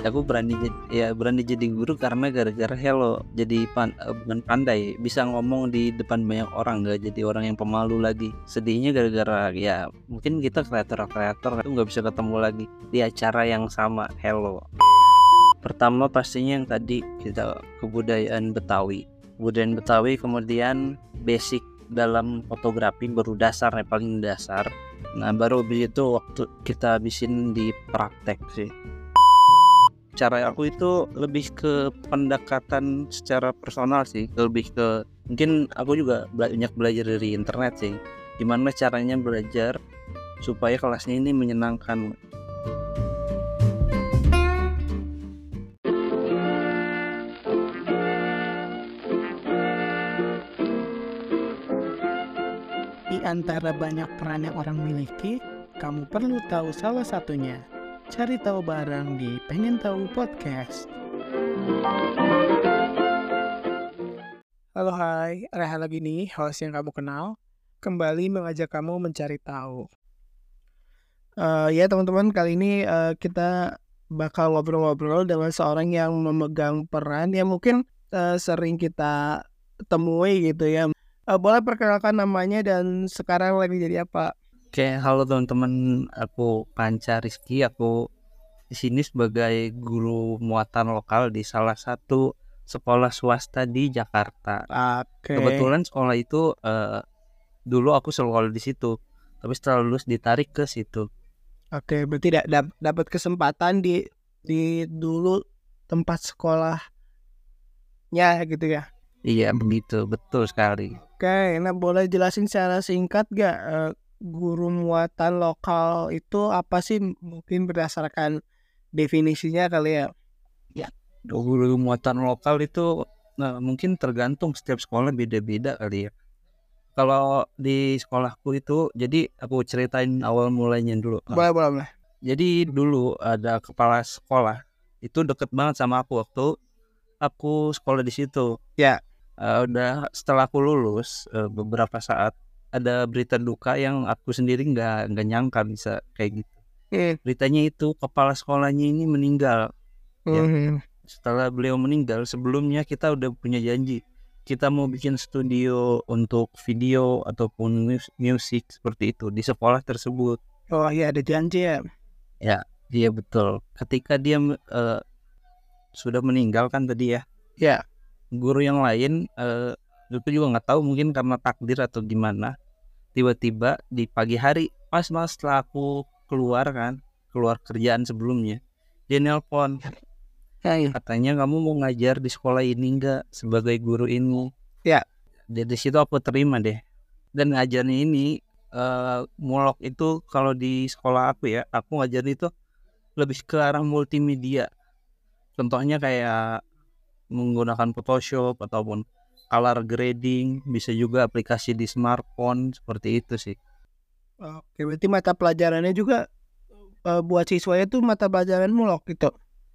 Aku berani jadi guru karena gara-gara Hello. Jadi bukan pandai, bisa ngomong di depan banyak orang, nggak jadi orang yang pemalu lagi. Sedihnya gara-gara ya mungkin kita kreator itu nggak bisa ketemu lagi di acara yang sama Hello. Pertama pastinya yang tadi kita kebudayaan Betawi, kemudian basic dalam fotografi baru dasarnya, paling dasar. Nah baru begitu waktu kita habisin di praktek sih. Cara aku itu lebih ke pendekatan secara personal sih, lebih ke mungkin aku juga banyak belajar dari internet sih, gimana caranya belajar supaya kelasnya ini menyenangkan. Di antara banyak peran yang orang miliki, kamu perlu tahu salah satunya. Cari tahu bareng di Pengen Tahu Podcast. Halo hai, Rehan lagi nih, host yang kamu kenal. Kembali mengajak kamu mencari tahu. Ya teman-teman, kali ini kita bakal ngobrol-ngobrol dengan seorang yang memegang peran yang mungkin sering kita temui gitu ya. Boleh perkenalkan namanya dan sekarang lagi jadi apa? Oke, halo teman-teman, aku Panca Rizky. Aku di sini sebagai guru muatan lokal di salah satu sekolah swasta di Jakarta. Oke. Kebetulan sekolah itu dulu aku sekolah di situ, tapi setelah lulus ditarik ke situ. Oke, berarti dapat kesempatan di dulu tempat sekolahnya gitu ya. Iya begitu, betul sekali. Oke, nah boleh jelasin secara singkat gak guru muatan lokal itu apa sih, mungkin berdasarkan definisinya kali ya? Guru muatan lokal itu mungkin tergantung, setiap sekolah beda-beda kali ya. Kalau di sekolahku itu, jadi aku ceritain awal mulainya dulu. Boleh. Jadi dulu ada kepala sekolah itu deket banget sama aku waktu aku sekolah di situ. Ya. Udah setelah aku lulus beberapa saat ada berita duka yang aku sendiri nggak nyangka bisa kayak gitu. Beritanya itu kepala sekolahnya ini meninggal. Ya. Setelah beliau meninggal, sebelumnya kita udah punya janji kita mau bikin studio untuk video ataupun musik seperti itu di sekolah tersebut. Oh iya, ada janji ya? Ya, iya betul. Ketika dia sudah meninggal kan tadi ya. Ya. Guru yang lain itu juga nggak tahu, mungkin karena takdir atau gimana. Tiba-tiba di pagi hari pas setelah aku keluar kerjaan sebelumnya, dia nelpon. Katanya kamu mau ngajar di sekolah ini nggak sebagai guru ini? Ya. Dari situ aku terima deh. Dan ngajarnya ini mulok itu kalau di sekolah aku ya, aku ngajar itu lebih ke arah multimedia. Contohnya kayak menggunakan Photoshop ataupun color grading, bisa juga aplikasi di smartphone, seperti itu sih. Oke, berarti mata pelajarannya juga buat siswanya tuh mata pelajaran mulok gitu.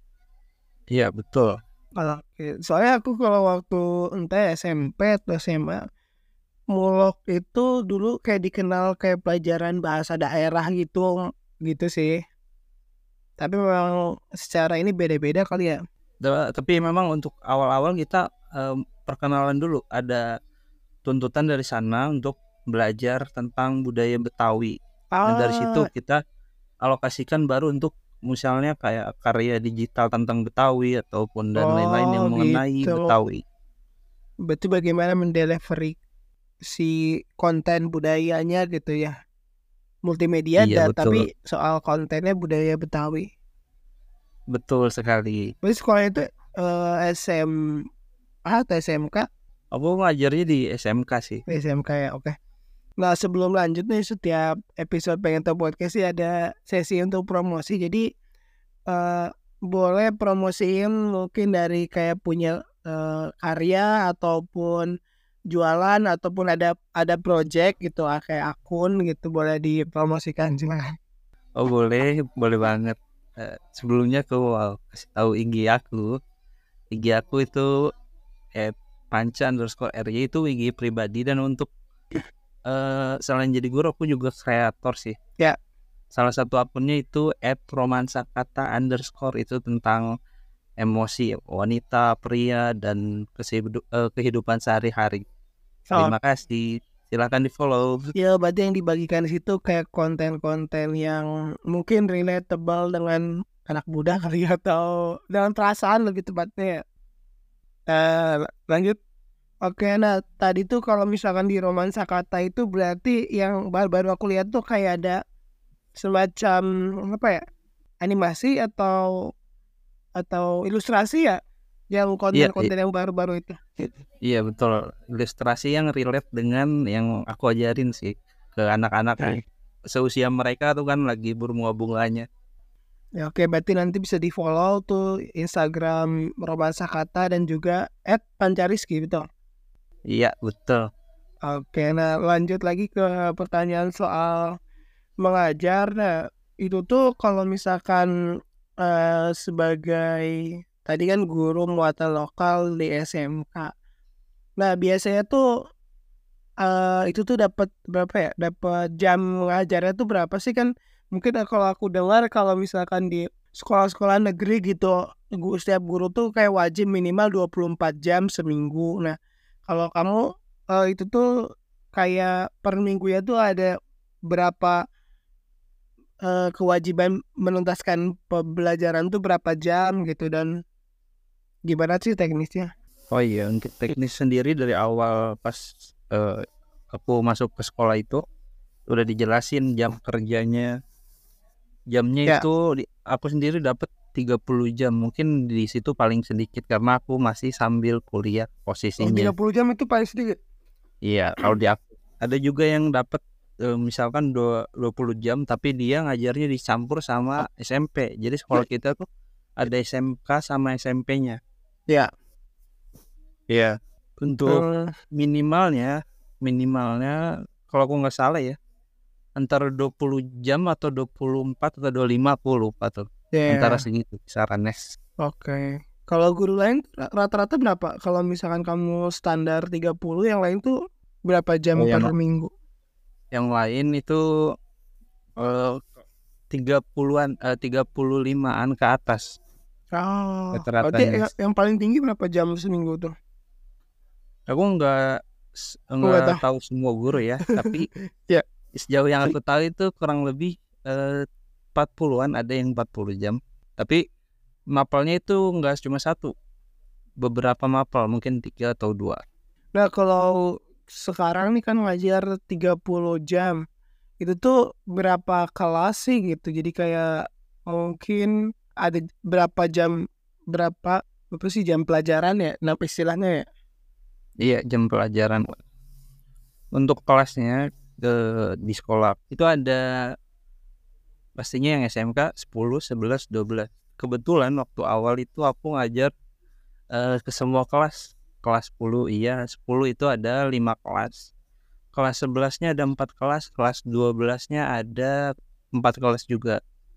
Iya betul. Soalnya aku kalau waktu entah SMP atau SMA, mulok itu dulu kayak dikenal kayak pelajaran bahasa daerah gitu sih. Tapi memang secara ini beda-beda kali ya. Tapi memang untuk awal-awal kita perkenalan dulu, ada tuntutan dari sana untuk belajar tentang budaya Betawi. Dan dari situ kita alokasikan baru untuk misalnya kayak karya digital tentang Betawi ataupun dan lain-lain yang mengenai gitu. Betawi. Berarti bagaimana mendelivery si konten budayanya gitu ya, multimedia. Iya, tapi soal kontennya budaya Betawi. Betul sekali. Berarti sekolah itu SMA atau SMK? Aku ngajarnya di SMK sih. SMK ya, oke. Nah sebelum lanjut nih, setiap episode Pengen Tahu Podcast sih ada sesi untuk promosi. Jadi boleh promosiin mungkin dari kayak punya karya ataupun jualan ataupun ada project gitu, kayak akun gitu, boleh dipromosikan silakan. Oh boleh banget. Sebelumnya aku kasih tahu IG aku itu @panca_ry itu IG pribadi, dan untuk selain jadi guru aku juga kreator sih. Ya. Salah satu akunnya itu @romansakata_, itu tentang emosi wanita, pria, dan kehidupan sehari-hari. Oh, Terima kasih. Silakan di-follow. ya berarti yang dibagikan di situ kayak konten-konten yang mungkin relatable dengan anak muda kali ya, atau dengan perasaan lebih tepatnya ya. Lanjut. Oke, nah tadi tuh kalau misalkan di Romansa Kata itu berarti yang baru-baru aku lihat tuh kayak ada semacam apa ya, animasi atau ilustrasi ya, yang Iya, konten-konten yang baru-baru itu. iya betul. Ilustrasi yang relate dengan yang aku ajarin sih ke anak-anak seusia mereka tuh kan lagi berbunga-bunganya. Ya, oke, berarti nanti bisa di follow tuh Instagram Romansa Kata dan juga @pancariski, betul. Iya, betul. Oke, nah lanjut lagi ke pertanyaan soal mengajar. Nah, itu tuh kalau misalkan sebagai tadi kan guru muatan lokal di SMK. Nah, biasanya tuh itu tuh dapat berapa ya? Dapat jam ngajarnya tuh berapa sih? Kan mungkin kalau aku dengar kalau misalkan di sekolah-sekolah negeri gitu, setiap guru tuh kayak wajib minimal 24 jam seminggu. Nah, kalau kamu itu tuh kayak per minggu ya tuh ada berapa kewajiban menuntaskan pembelajaran tuh berapa jam gitu, dan gimana sih teknisnya? Oh iya, untuk teknis sendiri dari awal pas eh, aku masuk ke sekolah itu udah dijelasin jam kerjanya. Jamnya Ya, itu aku sendiri dapat 30 jam. Mungkin di situ paling sedikit karena aku masih sambil kuliah oh, posisinya. 30 jam itu paling sedikit. Iya, kalau di aku ada juga yang dapat misalkan 20 jam tapi dia ngajarnya dicampur sama SMP. Jadi sekolah kita tuh ada SMK sama SMP-nya. Ya. Iya. Untuk minimalnya kalau aku nggak salah ya antara 20 jam atau 24 atau 25, aku lupa tuh. Antara Ya. segitu kisarannya. Oke. Kalau guru lain rata-rata berapa? Kalau misalkan kamu standar 30, yang lain tuh berapa Oh, jam per minggu? yang lain itu eh, 30-an 35-an ke atas Oh, berarti rata-ratanya. yang paling tinggi berapa jam seminggu tuh? Aku Oh, nggak nggak tahu. tahu semua guru ya, tapi Ya. sejauh yang aku tahu itu kurang lebih 40-an, ada yang 40 jam. Tapi mapelnya itu nggak cuma satu, beberapa mapel, mungkin 3 atau 2. Nah, kalau sekarang nih kan ngajar 30 jam. Itu tuh berapa kelas sih gitu? Jadi kayak mungkin ada berapa jam, berapa apa sih jam pelajaran ya? Nah, istilahnya ya. Iya, jam pelajaran. Untuk kelasnya di sekolah itu ada pastinya yang SMK 10, 11, 12. Kebetulan waktu awal itu aku ngajar ke semua kelas. Kelas 10 iya, 10 itu ada 5 kelas. Kelas 11-nya ada 4 kelas, kelas 12-nya ada 4 kelas juga.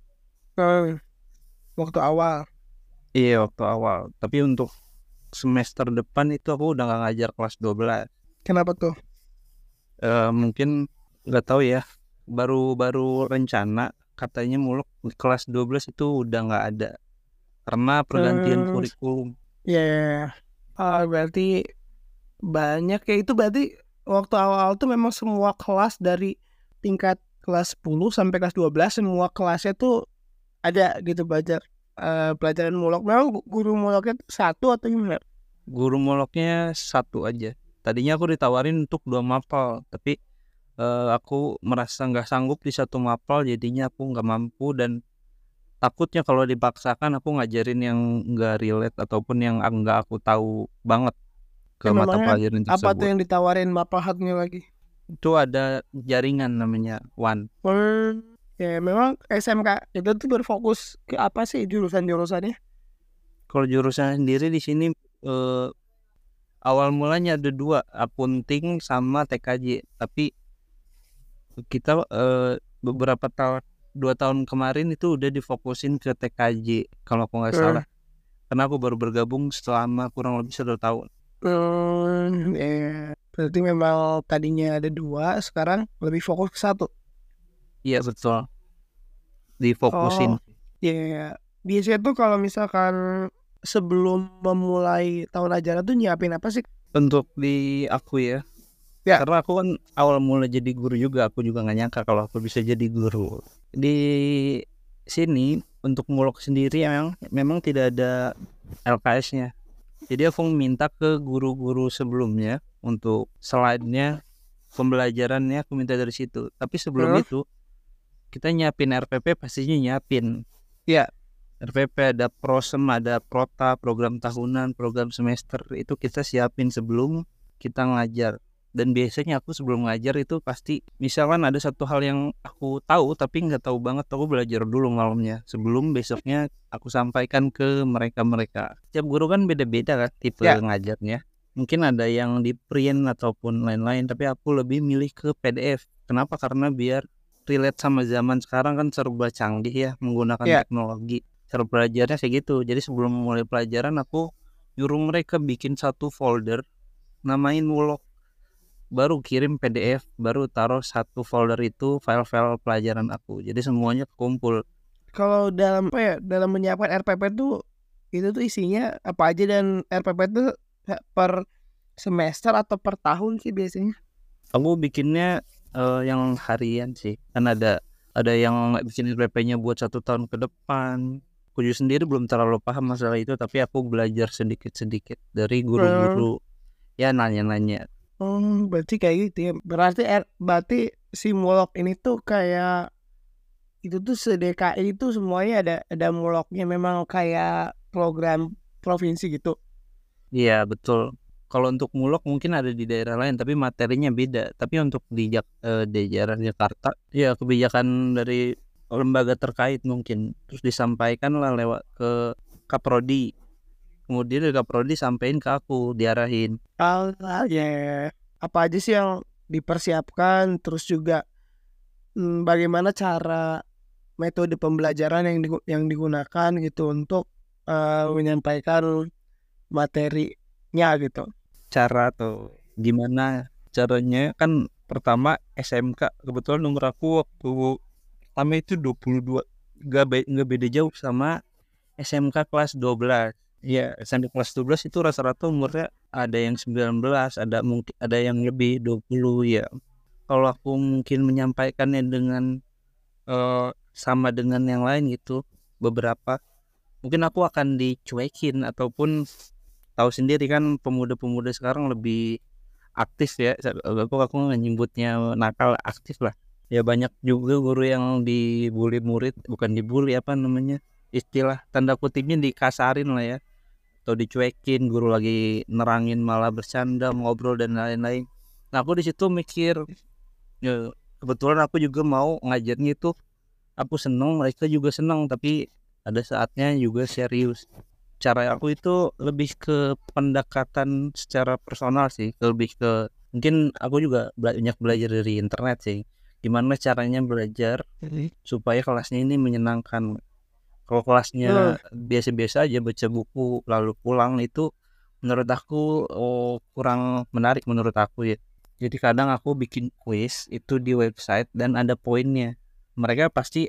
Waktu awal. Iya, waktu awal. Tapi untuk semester depan itu aku udah gak ngajar kelas 12. Kenapa tuh? Mungkin nggak tahu ya, baru rencana katanya muluk di kelas 12 itu udah nggak ada karena pergantian kurikulum. Ya, berarti banyak ya. Itu berarti waktu awal-awal tuh memang semua kelas dari tingkat kelas 10 sampai kelas 12 semua kelasnya tuh ada gitu belajar pelajaran mulok. Memang guru muloknya tuh satu atau gimana? Guru muloknya satu aja. Tadinya aku ditawarin untuk 2 mapel, tapi aku merasa nggak sanggup di satu mapel, jadinya aku nggak mampu dan takutnya kalau dipaksakan aku ngajarin yang nggak relate ataupun yang nggak aku tahu banget ke mata Memangnya pelajaran apa tuh tersebut. yang ditawarin mapahatnya lagi? Itu ada jaringan namanya One. Ya memang SMK itu tuh berfokus ke apa sih jurusan-jurusannya? Kalau jurusan sendiri di sini eh, awal mulanya ada 2, akunting sama TKJ. Tapi kita beberapa tahun 2 tahun kemarin itu udah difokusin ke TKJ kalau aku nggak salah. Karena aku baru bergabung selama kurang lebih 1 tahun. Ya, berarti memang tadinya ada 2, sekarang lebih fokus ke 1. Iya betul. difokusin. Oh, iya. Biasanya tuh kalau misalkan sebelum memulai tahun ajaran tuh nyiapin apa sih? Untuk di aku ya, Ya. karena aku kan awal mula jadi guru juga, aku juga nggak nyangka kalau aku bisa jadi guru. Di sini untuk mulok sendiri memang tidak ada LKS-nya. Jadi aku minta ke guru-guru sebelumnya untuk slide-nya, pembelajarannya aku minta dari situ. Tapi sebelum Heeh. itu kita nyiapin RPP, pastinya nyiapin. Ya. RPP ada prosem, ada prota, program tahunan, program semester, itu kita siapin sebelum kita ngajar. Dan biasanya aku sebelum ngajar itu pasti misalkan ada satu hal yang aku tahu tapi nggak tahu banget, aku belajar dulu malamnya sebelum besoknya aku sampaikan ke mereka. Setiap guru kan beda-beda kan tipe Ya. ngajarnya. Mungkin ada yang di print ataupun lain-lain, tapi aku lebih milih ke PDF. Kenapa? Karena biar relate sama zaman sekarang kan serba canggih ya, menggunakan Ya. teknologi. Cara belajarnya kayak gitu. Jadi sebelum mulai pelajaran aku nyuruh mereka bikin satu folder, namain Mulok, baru kirim PDF, baru taruh satu folder itu file-file pelajaran aku. Jadi semuanya kumpul. Kalau dalam apa ya, dalam menyiapkan RPP tuh itu tuh isinya apa aja, dan RPP tuh per semester atau per tahun sih biasanya? Aku bikinnya yang harian sih. Kan ada yang bikin RPP-nya buat 1 tahun ke depan. Aku juga sendiri belum terlalu paham masalah itu, tapi aku belajar sedikit-sedikit dari guru-guru. Ya nanya-nanya. Berarti kayak gitu ya. Berarti si Mulok ini tuh kayak itu tuh se-DKI itu semuanya ada Muloknya, memang kayak program provinsi gitu. Iya betul. Kalau untuk Mulok mungkin ada di daerah lain tapi materinya beda. Tapi untuk di daerah Jakarta, ya kebijakan dari lembaga terkait mungkin terus disampaikan lah lewat ke Kaprodi. Kemudian dari Kaprodi sampein ke aku, diarahin. Ya. Apa aja sih yang dipersiapkan, terus juga bagaimana cara metode pembelajaran yang digunakan gitu untuk menyampaikan materinya gitu. Cara atau gimana caranya kan pertama SMK, kebetulan nomor aku waktu pertama itu 22, nggak beda jauh sama SMK kelas 12. Ya SMK kelas 12 itu rata-rata umurnya ada yang 19, ada yang lebih 20 ya. Kalau aku mungkin menyampaikannya dengan sama dengan yang lain gitu, beberapa mungkin aku akan dicuekin ataupun tahu sendiri kan pemuda-pemuda sekarang lebih aktif ya. Aku nyebutnya nakal, aktif lah. Ya banyak juga guru yang dibully murid, bukan dibully, apa namanya, istilah tanda kutipnya dikasarin lah ya, atau dicuekin, guru lagi nerangin malah bercanda, ngobrol dan lain-lain. Nah aku di situ mikir, ya, kebetulan aku juga mau ngajarnya itu, aku seneng, mereka juga seneng, tapi ada saatnya juga serius. Cara aku itu lebih ke pendekatan secara personal sih, lebih ke mungkin aku juga banyak belajar dari internet sih, gimana caranya belajar supaya kelasnya ini menyenangkan. Kalau kelasnya biasa-biasa aja baca buku lalu pulang, itu menurut aku kurang menarik menurut aku ya. Jadi kadang aku bikin quiz itu di website dan ada poinnya. Mereka pasti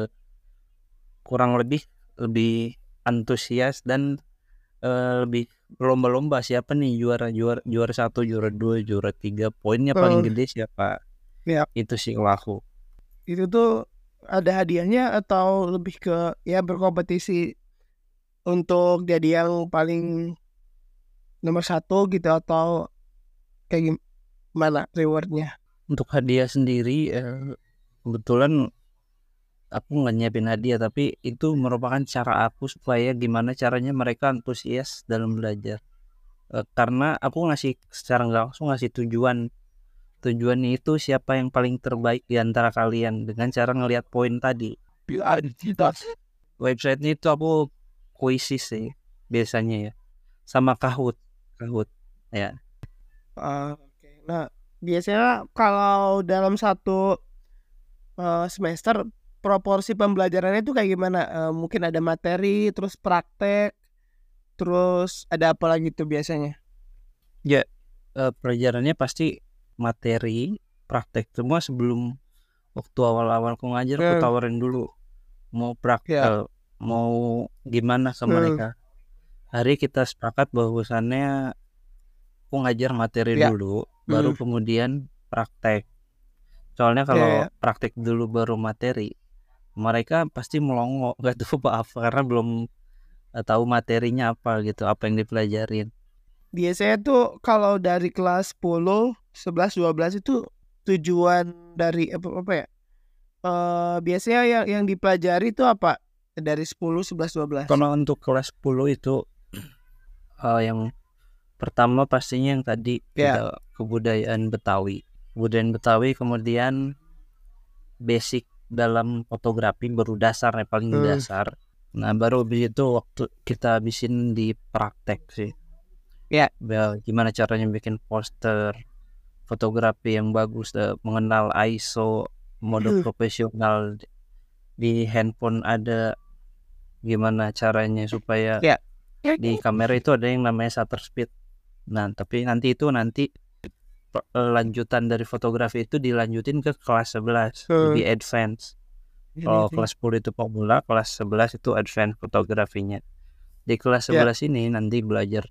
kurang lebih antusias dan lebih berlomba-lomba siapa nih juara 1, juara 2, juara 3, poinnya paling Eh, gede siapa. ya, Itu sih kalau aku. itu tuh ada hadiahnya atau lebih ke ya berkompetisi untuk jadi yang paling nomor satu gitu, atau kayak gimana rewardnya? Untuk hadiah sendiri kebetulan aku nggak nyiapin hadiah, tapi itu merupakan cara aku supaya gimana caranya mereka antusias dalam belajar. Karena aku ngasih secara nggak langsung ngasih tujuannya itu siapa yang paling terbaik di antara kalian dengan cara ngelihat poin tadi. Websitenya itu aku kuisis sih biasanya ya, sama Kahoot ya. Oke. Nah, biasanya kalau dalam satu semester proporsi pembelajarannya itu kayak gimana? Mungkin ada materi, terus praktek, terus ada apa lagi tuh biasanya? Ya pelajarannya pasti materi, praktek semua. Sebelum waktu awal-awal aku ngajar aku Eh, tawarin dulu, Ya. mau gimana ke mereka. Hari kita sepakat bahwasannya aku ngajar materi Ya. dulu, baru kemudian praktek. Soalnya Ya, kalau ya. praktek dulu baru materi, mereka pasti melongo, nggak tahu apa karena belum tahu materinya apa gitu, apa yang dipelajarin. Biasanya tuh kalau dari kelas 10, 11, 12 itu tujuan dari apa ya? Biasanya yang dipelajari itu apa? Dari 10, 11, 12. Kalau untuk kelas 10 itu yang pertama pastinya yang tadi Ya. kita kebudayaan Betawi, kemudian basic dalam fotografi baru dasar ya, paling dasar. Nah baru begitu waktu kita habisin di praktek sih. Ya. Gimana caranya bikin poster fotografi yang bagus, mengenal ISO, mode profesional di handphone ada, gimana caranya supaya Ya. di kamera itu ada yang namanya shutter speed. Nah tapi nanti lanjutan dari fotografi itu dilanjutin ke kelas 11 lebih advance. Kalau kelas 10 itu pemula, kelas 11 itu advance fotografinya. Di kelas 11 ini nanti belajar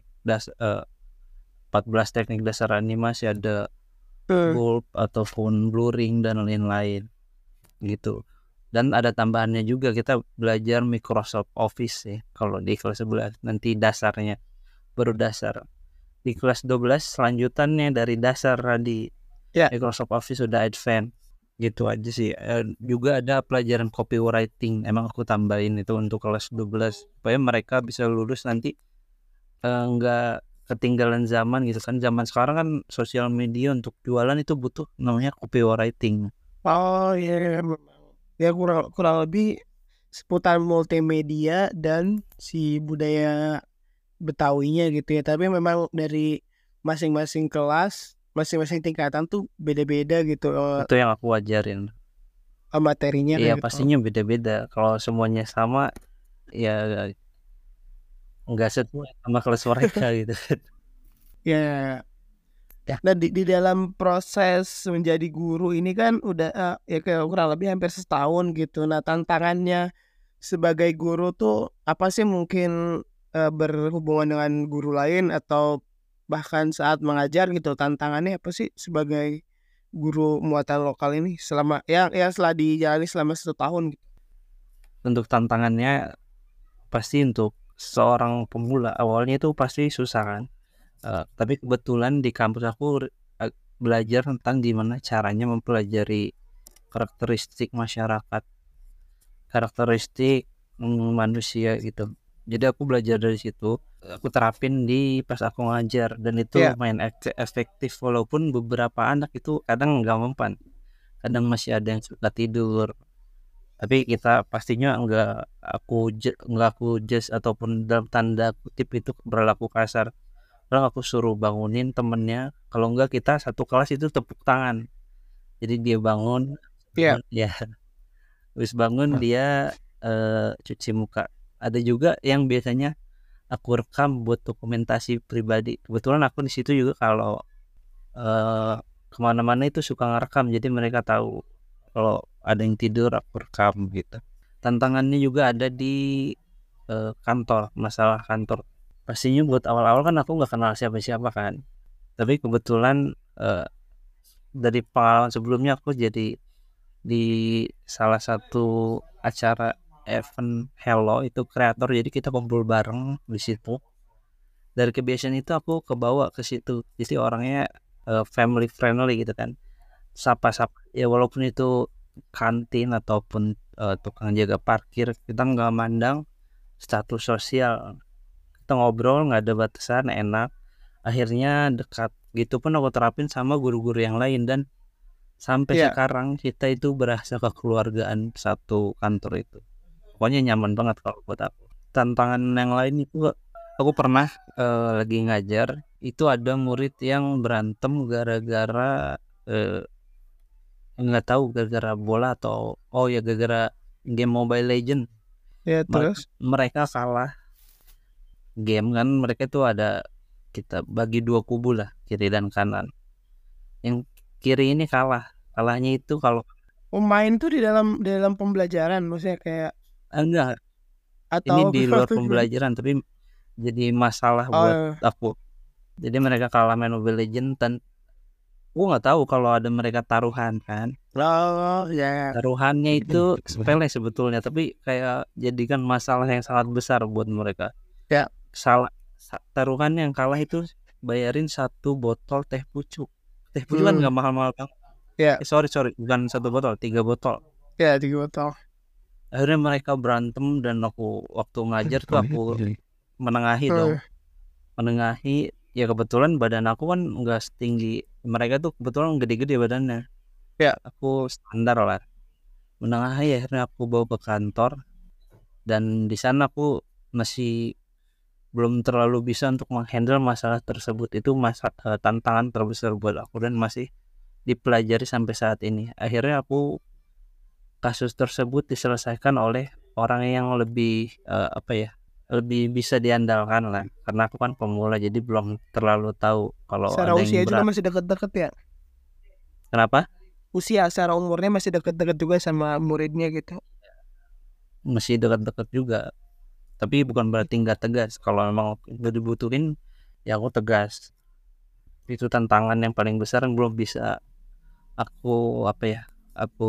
14 teknik dasar animasi, ada bulb ataupun blurring dan lain-lain gitu. Dan ada tambahannya juga, kita belajar Microsoft Office ya kalau di kelas 11 nanti dasarnya, baru dasar. Di kelas 12 selanjutannya dari dasar di Microsoft Office sudah advance gitu aja sih. Juga ada pelajaran copywriting, emang aku tambahin itu untuk kelas 12 supaya mereka bisa lulus nanti nggak ketinggalan zaman gitu kan. Zaman sekarang kan sosial media untuk jualan itu butuh namanya copywriting. Oh iya, ya kurang lebih seputar multimedia dan si budaya Betawinya gitu ya. Tapi memang dari masing-masing kelas, masing-masing tingkatan tuh beda-beda gitu Itu yang aku ajarin. materinya Iya kayak gitu. pastinya beda-beda. Kalau semuanya sama ya nggak sesuai sama kelas mereka gitu. Ya. Nah di dalam proses menjadi guru ini kan udah ya kayak kurang lebih hampir setahun gitu. Nah tantangannya sebagai guru tuh apa sih, mungkin berhubungan dengan guru lain atau bahkan saat mengajar gitu, tantangannya apa sih sebagai guru muatan lokal ini selama setelah dijalani selama 1 tahun gitu? Untuk tantangannya pasti untuk seorang pemula awalnya itu pasti susah kan. Tapi kebetulan di kampus aku belajar tentang gimana caranya mempelajari karakteristik masyarakat, karakteristik manusia gitu. Jadi aku belajar dari situ, aku terapin di pas aku ngajar, dan itu lumayan efektif walaupun beberapa anak itu kadang nggak mempan, kadang masih ada yang suka tidur. Tapi kita pastinya nggak aku just ataupun dalam tanda kutip itu berlaku kasar. Kalau aku suruh bangunin temennya, kalau enggak kita satu kelas itu tepuk tangan. Jadi dia bangun ya, habis bangun dia cuci muka. Ada juga yang biasanya aku rekam buat dokumentasi pribadi. Kebetulan aku di situ juga kalau kemana-mana itu suka ngerekam, jadi mereka tahu kalau ada yang tidur aku rekam gitu. Tantangannya juga ada di kantor, masalah kantor. Pastinya buat awal-awal kan aku nggak kenal siapa-siapa kan, tapi kebetulan dari pengalaman sebelumnya aku jadi di salah satu acara event Hello itu kreator, jadi kita kumpul bareng di situ. Dari kebiasaan itu aku kebawa ke situ, jadi orangnya family friendly gitu kan, sapa-sapa ya, walaupun itu kantin ataupun tukang jaga parkir, kita nggak mandang status sosial, kita ngobrol nggak ada batasan, enak, akhirnya dekat. Gitu pun aku terapin sama guru-guru yang lain, dan sampai sekarang kita itu berasa kekeluargaan satu kantor itu. Pokoknya nyaman banget kalau buat aku. Tantangan yang lain itu aku pernah lagi ngajar, itu ada murid yang berantem gara-gara nggak tahu gara-gara bola atau gara-gara game Mobile Legend. Terus Mereka kalah game kan, mereka itu ada, kita bagi 2 kubu lah, kiri dan kanan. Yang kiri ini kalahnya itu kalau Main tuh di dalam pembelajaran maksudnya kayak Enggak, ini atau di luar atau gimana? pembelajaran tapi jadi masalah buat Oh, aku. Jadi mereka kalah main Mobile Legends dan aku nggak tahu kalau ada mereka taruhan kan. oh ya. Taruhannya itu sepele sebetulnya, tapi kayak jadikan masalah yang sangat besar buat mereka. Ya. Salah taruhan yang kalah itu bayarin satu botol teh pucuk. Teh pucuk kan Hmm, nggak mahal-mahal banget. ya, Sorry bukan satu botol, 3 botol. ya 3 botol. Akhirnya mereka berantem dan aku waktu ngajar tuh aku menengahi dong. Hmm, Menengahi, ya kebetulan badan aku kan nggak setinggi mereka tuh, kebetulan gede-gede badannya. ya. Aku standar lah. Menengahi akhirnya aku bawa ke kantor dan di sana aku masih belum terlalu bisa untuk menghandle masalah tersebut. Itu tantangan terbesar buat aku dan masih dipelajari sampai saat ini. Akhirnya aku kasus tersebut diselesaikan oleh orang yang lebih lebih bisa diandalkan lah, karena aku kan pemula jadi belum terlalu tahu kalau Secara ada yang usia juga berat. masih deket-deket ya. Kenapa? Usia secara umurnya masih deket-deket juga sama muridnya gitu. Masih dekat-dekat juga, tapi bukan berarti nggak tegas. Kalau memang udah dibutuhin ya aku tegas. Itu tantangan yang paling besar yang belum bisa aku aku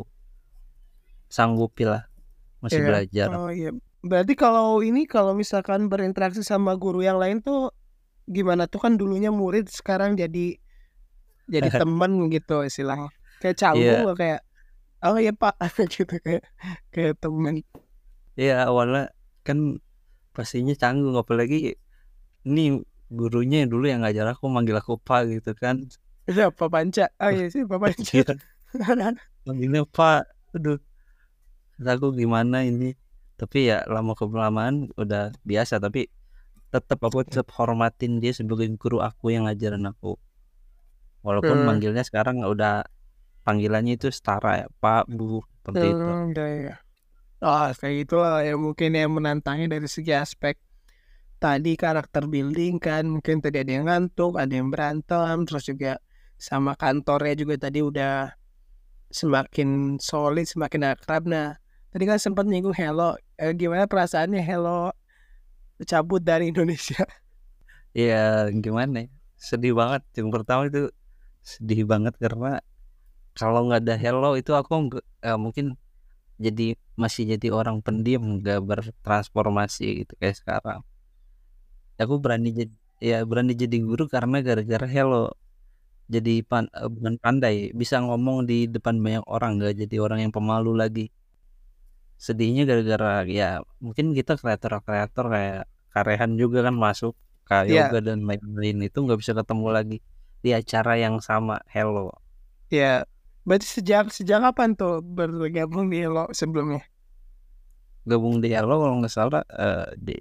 sanggupi lah, masih Iya. belajar. Oh iya. Berarti kalau misalkan berinteraksi sama guru yang lain tuh gimana tuh, kan dulunya murid sekarang jadi temen gitu istilahnya. Kayak canggung Iya, nggak, kayak oh ya Pak gitu, kayak kayak temen. iya awalnya kan pastinya canggung, apalagi ini gurunya dulu yang ngajar aku manggil aku Pak gitu kan. Iya Pak Panca. Oh iya sih Pak Panca. Iya, manggilnya Pak. Aduh, kata aku gimana ini. Tapi ya lama kelamaan udah biasa, tapi tetap aku tetap hormatin dia sebagai guru aku yang ngajarin aku. Walaupun Hmm, manggilnya sekarang udah panggilannya itu setara ya, Pak, Bu, seperti itu. udah ya. Oh kayak gitulah ya, mungkin yang menantangnya dari segi aspek tadi karakter building kan, mungkin tadi ada yang ngantuk, ada yang berantem, terus juga sama kantornya juga tadi udah semakin solid, semakin akrab. Nah, tadi kan sempat nyinggung Hello. Gimana perasaannya Hello cabut dari Indonesia? Ya gimana ya, sedih banget. Yang pertama itu sedih banget karena kalau nggak ada Hello itu aku mungkin masih jadi orang pendiam, nggak bertransformasi gitu kayak sekarang. Aku berani jadi guru karena gara-gara Hello. Jadi bukan pandai, bisa ngomong di depan banyak orang, nggak jadi orang yang pemalu lagi. Sedihnya gara-gara ya mungkin kita kreator-kreator kayak Karehan juga kan masuk Kak Ya, Yoga dan lain-lain itu nggak bisa ketemu lagi di acara yang sama Hello. ya. Berarti sejak sejak kapan tuh bergabung di Hello sebelumnya? Gabung di Hello kalau nggak salah di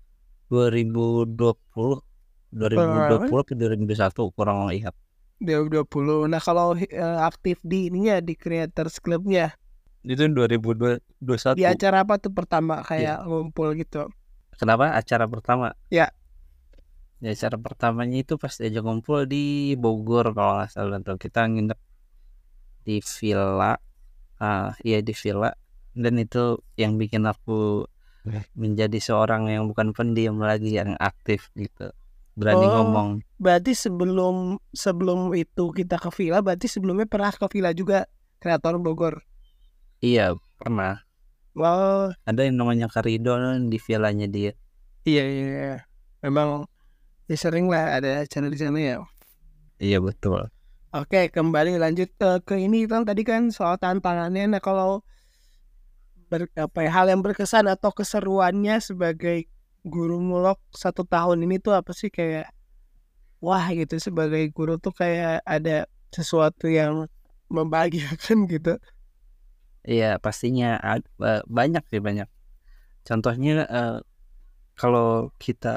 2020 Eh, 2020 ke 2021 kurang lihat. 2020. Nah, kalau aktif di ininya di Creators Clubnya, Itu di 2021. acara apa tuh pertama Iya. kayak ngumpul gitu? Kenapa acara pertama? Ya, Ya, acara pertamanya itu pas diajak ngumpul di Bogor kalau nggak salah tuh. Kita nginep di villa, iya di villa, dan itu yang bikin aku menjadi seorang yang bukan pendiam lagi, yang aktif gitu, berani oh, ngomong. berarti sebelum sebelum itu kita ke villa, berarti sebelumnya pernah ke villa juga, kreator Bogor. Iya pernah, Wow, ada yang namanya Karido di villanya dia. iya, iya, iya. Memang ya sering lah ada acara di sana ya. Iya betul. Oke, kembali lanjut ke ini kan tadi kan soal tantangannya. Nah, kalau apa ya, hal yang berkesan atau keseruannya sebagai guru mulok 1 tahun ini tuh apa sih, kayak wah gitu sebagai guru tuh kayak ada sesuatu yang membahagiakan gitu. Iya pastinya banyak sih, banyak contohnya. Kalau kita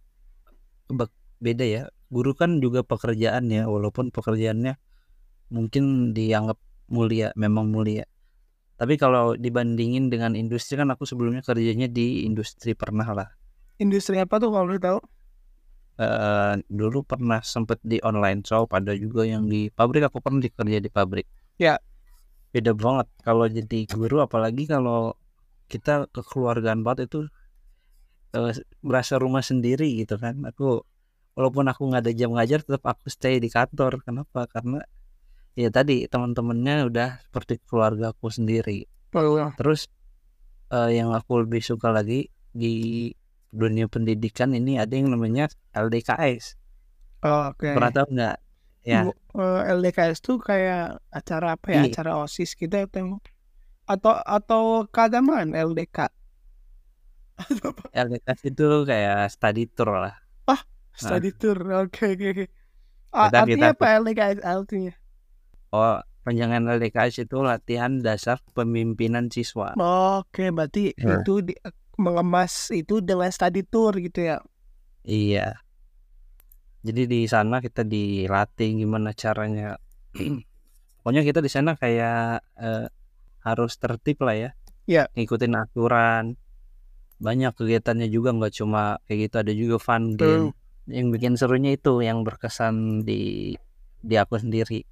beda ya, guru kan juga pekerjaan ya, walaupun pekerjaannya mungkin dianggap mulia, memang mulia. Tapi kalau dibandingin dengan industri, kan aku sebelumnya kerjanya di industri pernah lah. Industri apa tuh kalau boleh tahu? Dulu pernah sempet di online shop, ada juga yang di pabrik. Aku pernah kerja di pabrik. Ya, beda banget kalau jadi guru, apalagi kalau kita kekeluargaan banget itu, berasa rumah sendiri gitu kan. Walaupun aku nggak ada jam ngajar tetap aku stay di kantor. Kenapa? Karena ya tadi teman-temannya udah seperti keluarga aku sendiri. Oh, Terus yang aku lebih suka lagi di dunia pendidikan ini ada yang namanya LDKS. oke. Pernah tahu nggak? Ya, LDKS tuh kayak acara apa ya? iya. Acara OSIS gitu atau keagamaan LDK. LDKS itu kayak study tour lah. Ah, Nah, study tour. Oke. kita Artinya apa LDKS artinya? oh, panjangan LDKS itu latihan dasar kepemimpinan siswa. Oke, berarti Ya. itu mengemas itu dengan study tour gitu ya. Iya. Jadi di sana kita dilatih gimana caranya. Pokoknya kita di sana kayak harus tertib lah ya, Ya. ngikutin aturan. Banyak kegiatannya juga, nggak cuma kayak gitu, ada juga fun game. Yang bikin serunya itu yang berkesan di aku sendiri.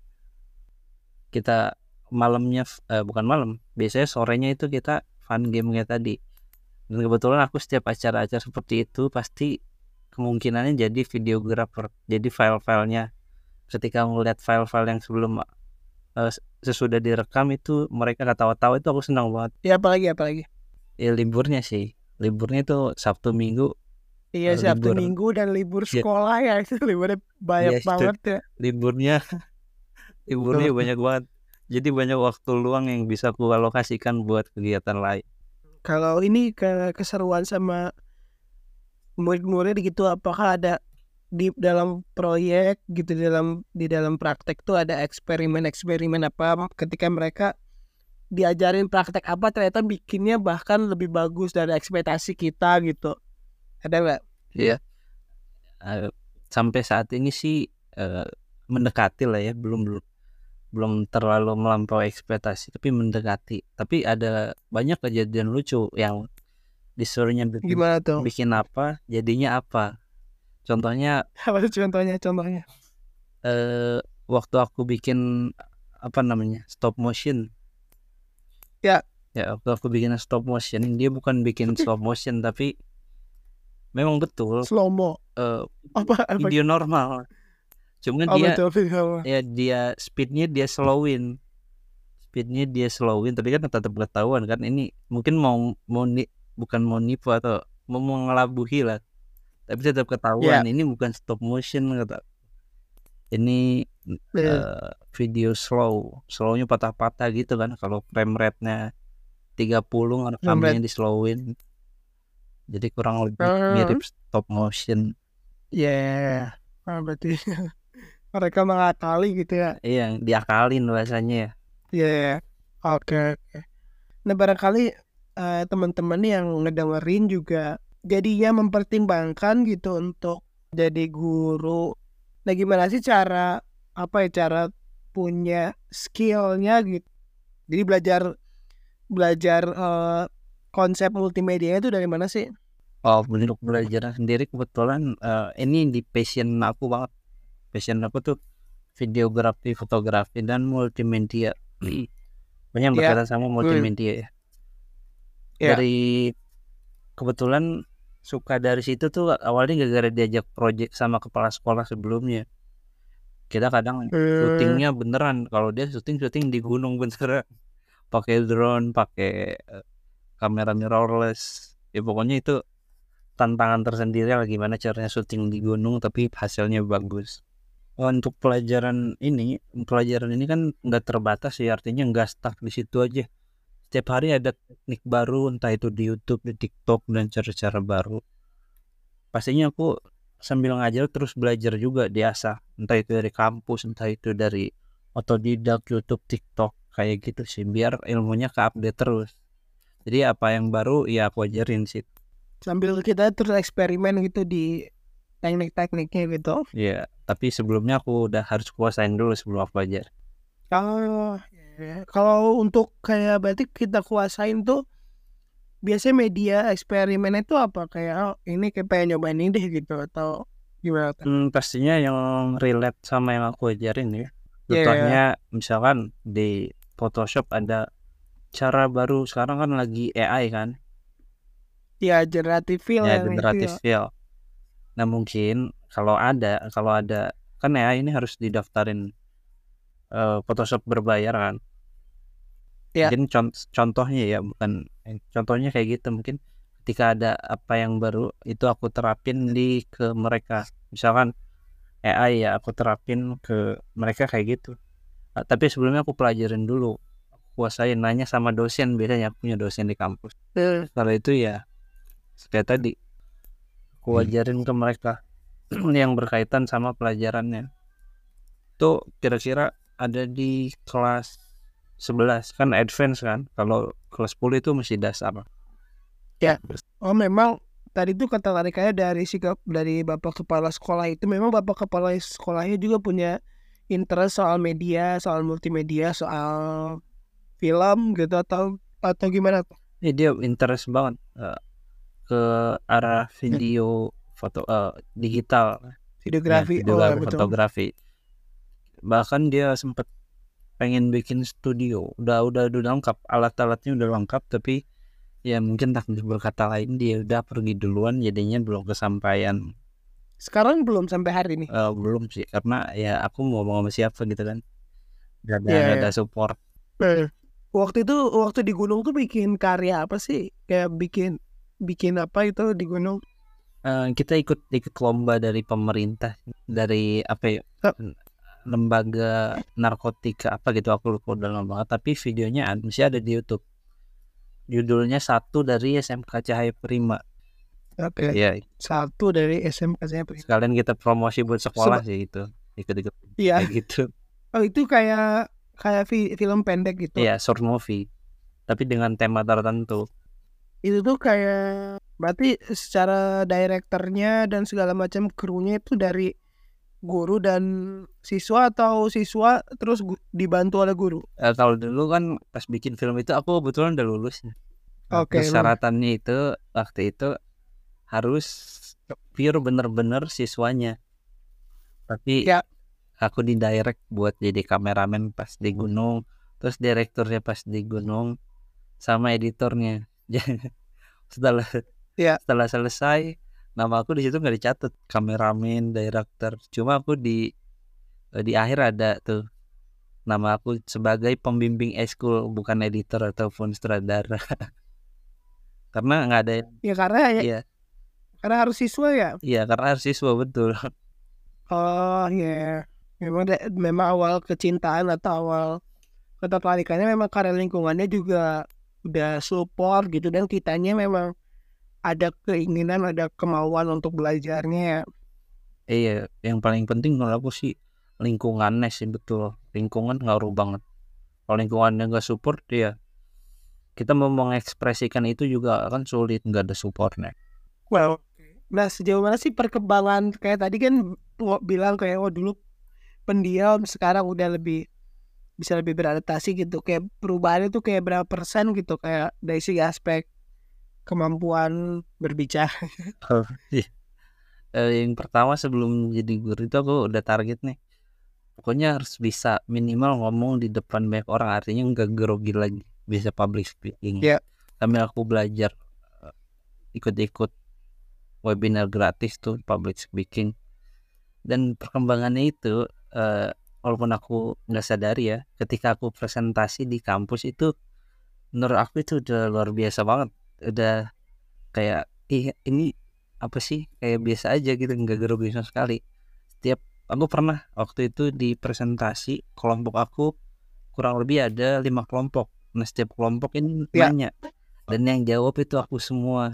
Kita malamnya bukan malam, biasanya sorenya itu kita fun game kayak tadi. Dan kebetulan aku setiap acara-acara seperti itu pasti kemungkinannya jadi videographer. Jadi file-filenya, ketika ngeliat file-file yang sebelum sesudah direkam itu mereka ketawa-tawa, itu aku senang banget. Ya apalagi? Ya liburnya sih, liburnya itu Sabtu Minggu. Iya, Sabtu Libur Minggu dan libur ya, sekolah ya, itu liburnya ya banyak itu banget ya. liburnya banyak banget. Jadi banyak waktu luang yang bisa aku alokasikan buat kegiatan lain. Kalau ini keseruan sama murid-murid gitu, apakah ada di dalam proyek gitu, di dalam praktek tuh ada eksperimen apa ketika mereka diajarin praktek apa ternyata bikinnya bahkan lebih bagus dari ekspektasi kita gitu, ada nggak? Iya. Sampai saat ini sih mendekati lah ya, belum terlalu melampaui ekspektasi, tapi mendekati. Tapi ada banyak kejadian lucu yang disuruhnya Gimana tuh? bikin apa, jadinya apa. Contohnya Apa tuh contohnya? waktu aku bikin apa namanya, stop motion. Ya. Ya, waktu aku bikin stop motion, dia bukan bikin stop motion tapi memang betul Slow mo apa video normal. Cuma apa dia tuh video? ya speednya dia slowin. Tapi kan tetap ketahuan kan, ini mungkin bukan mau nipu atau mau ngelabuhi lah, tapi tetap ketahuan Ya. ini bukan stop motion, kata ini video slownya patah-patah gitu kan. Kalau frame rate-nya 30 ngerekamnya dislowin, jadi kurang lebih mirip stop motion. Ya, berarti mereka mengakali gitu ya. Iya, diakalin bahasanya ya. Ya, oke. Nah, barangkali teman-teman yang ngedengerin juga jadinya mempertimbangkan gitu untuk jadi guru. Nah, gimana sih cara punya skillnya gitu. Jadi belajar konsep multimedia itu dari mana sih? Oh, bentuk belajar sendiri kebetulan ini di passion aku banget. Passion aku tuh videografi, fotografi, dan multimedia. Banyak berkaitan sama multimedia ya. Dari kebetulan suka dari situ tuh awalnya gara-gara diajak project sama kepala sekolah sebelumnya. Kita kadang syutingnya beneran, kalau dia syuting di gunung beneran, pakai drone, pakai kamera mirrorless. Ya pokoknya itu tantangan tersendiri lah, gimana caranya syuting di gunung tapi hasilnya bagus. Untuk pelajaran ini kan nggak terbatas ya, artinya nggak stuck di situ aja. Setiap hari ada teknik baru, entah itu di YouTube, di TikTok, dan cara-cara baru. Pastinya aku sambil ngajar terus belajar juga, diasah, entah itu dari kampus, entah itu dari otodidak, YouTube, TikTok, kayak gitu sih, biar ilmunya ke-update terus. Jadi apa yang baru ya aku ajarin sih. Sambil kita terus eksperimen gitu di teknik-tekniknya gitu. Iya, tapi sebelumnya aku udah harus kuasain dulu sebelum aku belajar. Kalau untuk kayak berarti kita kuasain tuh biasanya media eksperimen itu apa? Kayak ini kayak pengen nyobain ini deh gitu atau gimana? Pastinya yang relate sama yang aku ajarin ya. Contohnya misalkan di Photoshop, ada cara baru sekarang kan lagi AI kan. Ya generative fill Ya, yang itu generative ya. fill. Nah mungkin kalau ada kan AI ini harus didaftarin Photoshop berbayar kan. Ya. Mungkin contohnya ya, bukan contohnya kayak gitu, mungkin ketika ada apa yang baru itu aku terapin ke mereka, misalkan AI ya aku terapin ke mereka kayak gitu. Tapi sebelumnya aku pelajarin dulu, aku kuasain, nanya sama dosen, biasanya aku punya dosen di kampus. Kalau itu ya kayak tadi aku ajarin ke mereka yang berkaitan sama pelajarannya. Itu kira-kira ada di kelas 11 kan advance kan, kalau kelas 10 itu masih dasar. Ya. Oh memang tadi tuh ketertarikannya dari sikap dari bapak kepala sekolah itu, memang bapak kepala sekolahnya juga punya interest soal media, soal multimedia, soal film gitu atau gimana tuh? Dia interest banget ke arah video foto digital, ya Videografi. Oh ya videografi, betul. fotografi. Bahkan dia sempat pengen bikin studio, udah lengkap, alat-alatnya udah lengkap, tapi ya mungkin takdir berkata lain dia udah pergi duluan, jadinya belum kesampaian. Sekarang belum sampai hari ini. Belum sih, karena ya aku mau ngomong sama siapa gitu kan, gak Ya ada ya. support. Waktu di gunung tuh bikin karya apa sih? Kayak bikin apa itu di gunung? Kita ikut lomba dari pemerintah, dari apa ya, lembaga narkotika apa gitu, aku lupa udah lama banget, tapi videonya masih ada di YouTube. Judulnya Satu dari SMK Cahaya Prima. Oke. Ya, Satu dari SMK saya Prima. sekalian kita promosi buat sekolah sih itu, ikut Iya. kayak gitu. Oh itu kayak film pendek gitu. Iya, short movie, tapi dengan tema tertentu. Itu tuh kayak berarti secara direkturnya dan segala macam krunya itu dari guru dan siswa atau siswa terus dibantu oleh guru? Kalau dulu kan pas bikin film itu aku kebetulan udah lulus. Oke, Persyaratannya itu waktu itu harus pure bener-bener siswanya, tapi ya. aku di direct buat jadi kameramen pas di gunung, terus direkturnya pas di gunung, sama editornya. setelah Ya. setelah selesai, nama aku di situ nggak dicatat kameramen, director, cuma aku di akhir ada tuh nama aku sebagai pembimbing ekskul, bukan editor ataupun sutradara. Karena nggak ada. Ya karena Iya, harus siswa ya. iya karena harus siswa, betul. Oh ya. Memang awal kecintaan atau awal ketertarikannya memang karena lingkungannya juga udah support gitu, dan kitanya memang ada keinginan, ada kemauan untuk belajarnya. Iya, yang paling penting kalau aku sih lingkungannya sih, betul. Lingkungan ngaruh banget. Kalau lingkungannya nggak support, ya kita mau mengekspresikan itu juga kan sulit, nggak ada supportnya. Well, nah sejauh mana sih perkembangan, kayak tadi kan bilang kayak dulu pendiam, sekarang udah bisa lebih beradaptasi gitu, kayak perubahannya tuh kayak berapa persen gitu, kayak dari segi aspek kemampuan berbicara. Iya. Yang pertama sebelum jadi guru itu aku udah target nih, pokoknya harus bisa minimal ngomong di depan banyak orang, artinya nggak grogi lagi, bisa public speaking. Ya. Sambil aku belajar ikut-ikut webinar gratis tuh public speaking. Dan perkembangannya itu walaupun aku nggak sadari ya, ketika aku presentasi di kampus itu menurut aku itu udah luar biasa banget, udah kayak ini apa sih, kayak biasa aja gitu, nggak grogi sama sekali. Aku pernah waktu itu di presentasi, kelompok aku kurang lebih ada 5 kelompok. Nah setiap kelompok ini nanya, dan yang jawab itu aku semua.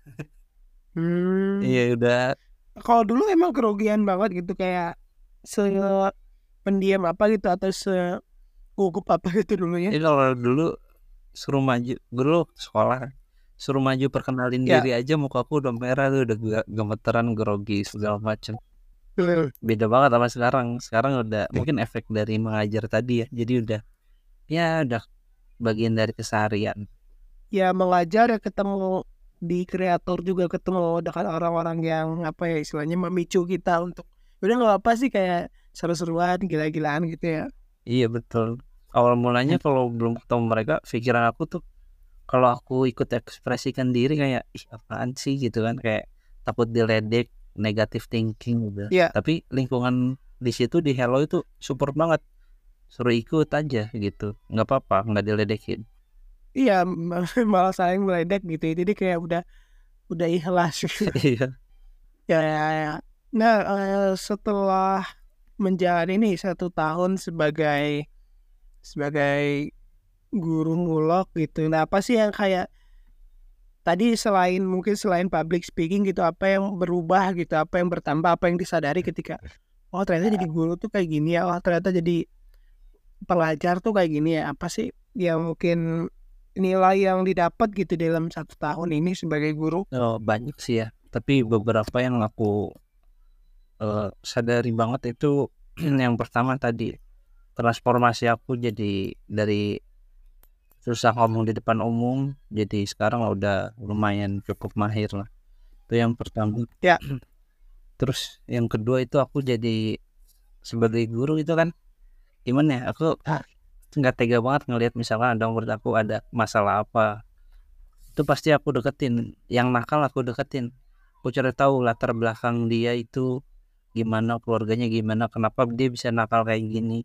Iya udah. Kalau dulu emang kerugian banget gitu, kayak pendiam apa gitu atau gugup apa gitu dulunya. Jadi kalau dulu suruh maju, dulu sekolah suruh maju perkenalin Ya. diri aja, muka aku udah merah tuh, udah gemeteran, grogi segala macam. Beda banget sama sekarang. Sekarang udah mungkin efek dari mengajar tadi ya, jadi udah bagian dari keseharian. Ya mengajar ya, ketemu di kreator juga, ketemu dengan orang-orang yang apa ya istilahnya memicu kita untuk udah nggak apa sih, kayak seru-seruan, gila-gilaan gitu ya. Iya betul. awal mulanya kalau belum ketemu mereka, pikiran aku tuh kalau aku ikut ekspresikan diri kayak, ih apaan sih gitu kan, kayak takut diledek, negative thinking gitu. Iya. Tapi lingkungan di situ di Hello itu support banget, suruh ikut aja gitu, nggak apa-apa, nggak diledekin. Iya, malah saling meledek gitu. Jadi kayak udah ikhlas gitu. Iya. Ya. Nah, setelah menjalani nih 1 tahun sebagai guru mulok gitu. Nah, apa sih yang kayak tadi selain public speaking gitu, apa yang berubah gitu, apa yang bertambah, apa yang disadari ketika oh ternyata jadi guru tuh kayak gini ya, oh ternyata jadi pengajar tuh kayak gini ya. Apa sih yang mungkin nilai yang didapat gitu dalam 1 tahun ini sebagai guru? Oh, banyak sih ya, tapi beberapa yang aku sadari banget itu yang pertama tadi, transformasi aku jadi dari susah ngomong di depan umum, jadi sekarang udah lumayan cukup mahir lah. Itu yang pertama. Ya. Terus yang kedua itu aku jadi sebagai guru itu kan gimana ya, aku nggak tega banget ngelihat misalkan ada murid aku ada masalah apa, itu pasti aku deketin, yang nakal aku deketin, aku cari tahu latar belakang dia itu gimana, keluarganya gimana, kenapa dia bisa nakal kayak gini.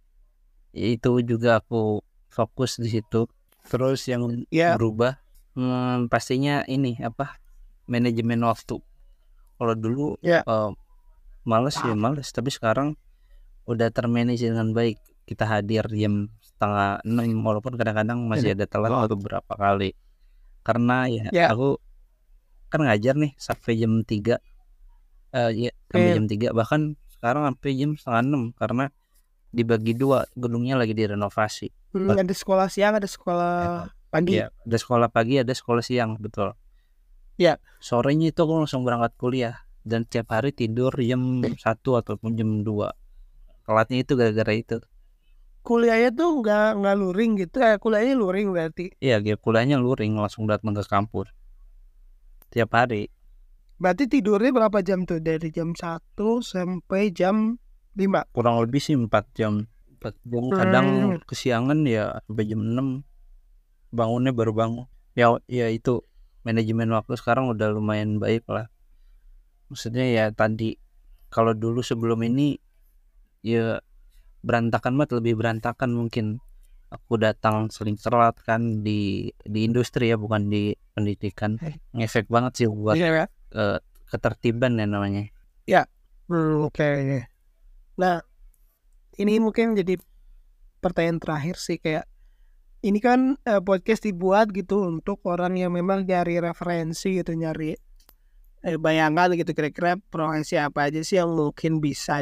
Itu juga aku fokus di situ. Terus yang Ya. berubah pastinya ini apa, manajemen waktu. Kalau dulu Ya. males ya males, tapi sekarang udah termanage dengan baik. Kita hadir jam 5:30 walaupun kadang-kadang masih ada telat beberapa kali, karena ya Ya. aku kan ngajar nih sampai jam 3, ya sampai jam 3, bahkan sekarang sampai jam 5:30 karena dibagi 2, gedungnya lagi direnovasi. Ada sekolah siang, ada sekolah pagi. Ya, ada sekolah pagi, ada sekolah siang, betul. Ya. Sorenya itu aku langsung berangkat kuliah dan tiap hari tidur jam 1 ataupun jam 2. Telatnya itu gara-gara itu. Kuliahnya tuh nggak luring gitu, kuliahnya luring berarti. Iya, kuliahnya luring, langsung datang ke kampus tiap hari. Berarti tidurnya berapa jam tuh? Dari jam 1 sampai jam 5? Kurang lebih sih 4 jam. 4 jam, kadang kesiangan ya sampai jam 6. Bangunnya baru bangun. Ya itu manajemen waktu sekarang udah lumayan baik lah. Maksudnya ya tadi, kalau dulu sebelum ini ya berantakan banget, lebih berantakan mungkin. Aku datang sering telat kan di industri ya, bukan di pendidikan. Ngefek banget sih buat ketertiban ya namanya. Ya. Oke. Nah, ini mungkin jadi pertanyaan terakhir sih, kayak ini kan podcast dibuat gitu untuk orang yang memang nyari referensi gitu, nyari bayangan gitu, kira-kira profesi apa aja sih yang mungkin bisa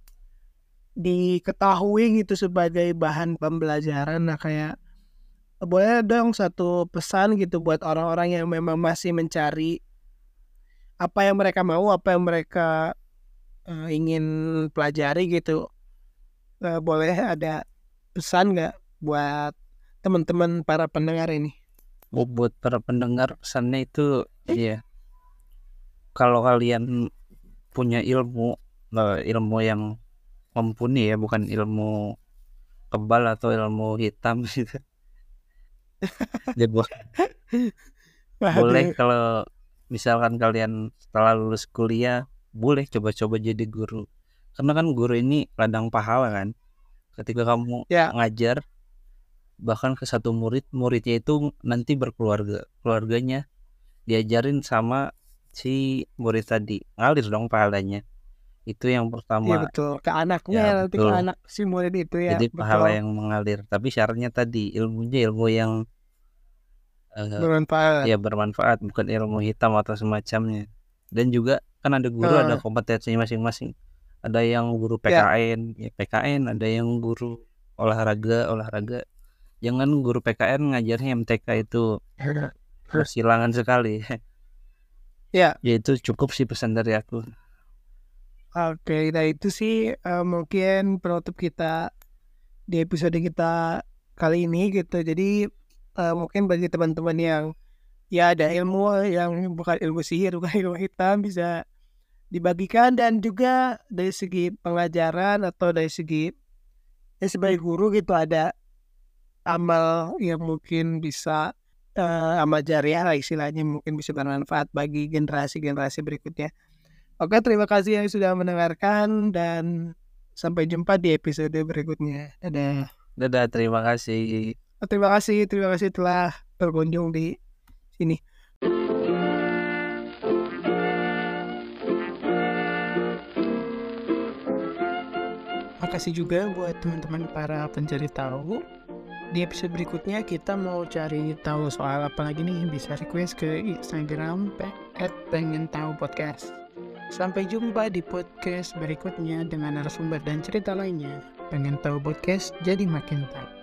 diketahui gitu sebagai bahan pembelajaran. Nah, kayak boleh dong satu pesan gitu buat orang-orang yang memang masih mencari apa yang mereka mau, apa yang mereka ingin pelajari gitu. Boleh ada pesan nggak buat teman-teman para pendengar ini? Buat para pendengar pesannya itu ya, kalau kalian punya ilmu yang mumpuni ya, bukan ilmu kebal atau ilmu hitam gitu. Jadi boleh kalau misalkan kalian setelah lulus kuliah, boleh coba-coba jadi guru, karena kan guru ini ladang pahala kan. Ketika kamu ngajar bahkan ke satu muridnya itu nanti berkeluarga, keluarganya diajarin sama si murid tadi, ngalir dong pahalanya. Itu yang pertama. Iya betul, ke anaknya nanti, ke anak si murid itu ya. Jadi pahala yang mengalir, tapi syaratnya tadi ilmunya ilmu yang bermanfaat. Ya bermanfaat, bukan ilmu hitam atau semacamnya. Dan juga kan ada guru ada kompetensinya masing-masing. Ada yang guru PKN, ya PKN, ada yang guru olahraga. Jangan guru PKN ngajarnya MTK, itu persilangan sekali. Ya itu cukup sih pesan dari aku. Oke, nah itu sih mungkin penutup kita di episode kita kali ini gitu. Jadi mungkin bagi teman-teman yang ya ada ilmu yang bukan ilmu sihir, bukan ilmu hitam, bisa dibagikan. Dan juga dari segi pengajaran atau dari segi sebagai guru gitu, ada amal yang mungkin bisa amal jariah lah istilahnya, mungkin bisa bermanfaat bagi generasi-generasi berikutnya. Oke, terima kasih yang sudah mendengarkan dan sampai jumpa di episode berikutnya. Dadah. Dadah, terima kasih. Terima kasih telah berkunjung di sini. Makasih juga buat teman-teman para pencari tahu. Di episode berikutnya kita mau cari tahu soal apa lagi nih, bisa request ke Instagram @pengen_tahu_podcast. Sampai jumpa di podcast berikutnya dengan narasumber dan cerita lainnya. Pengen tahu podcast jadi makin tahu.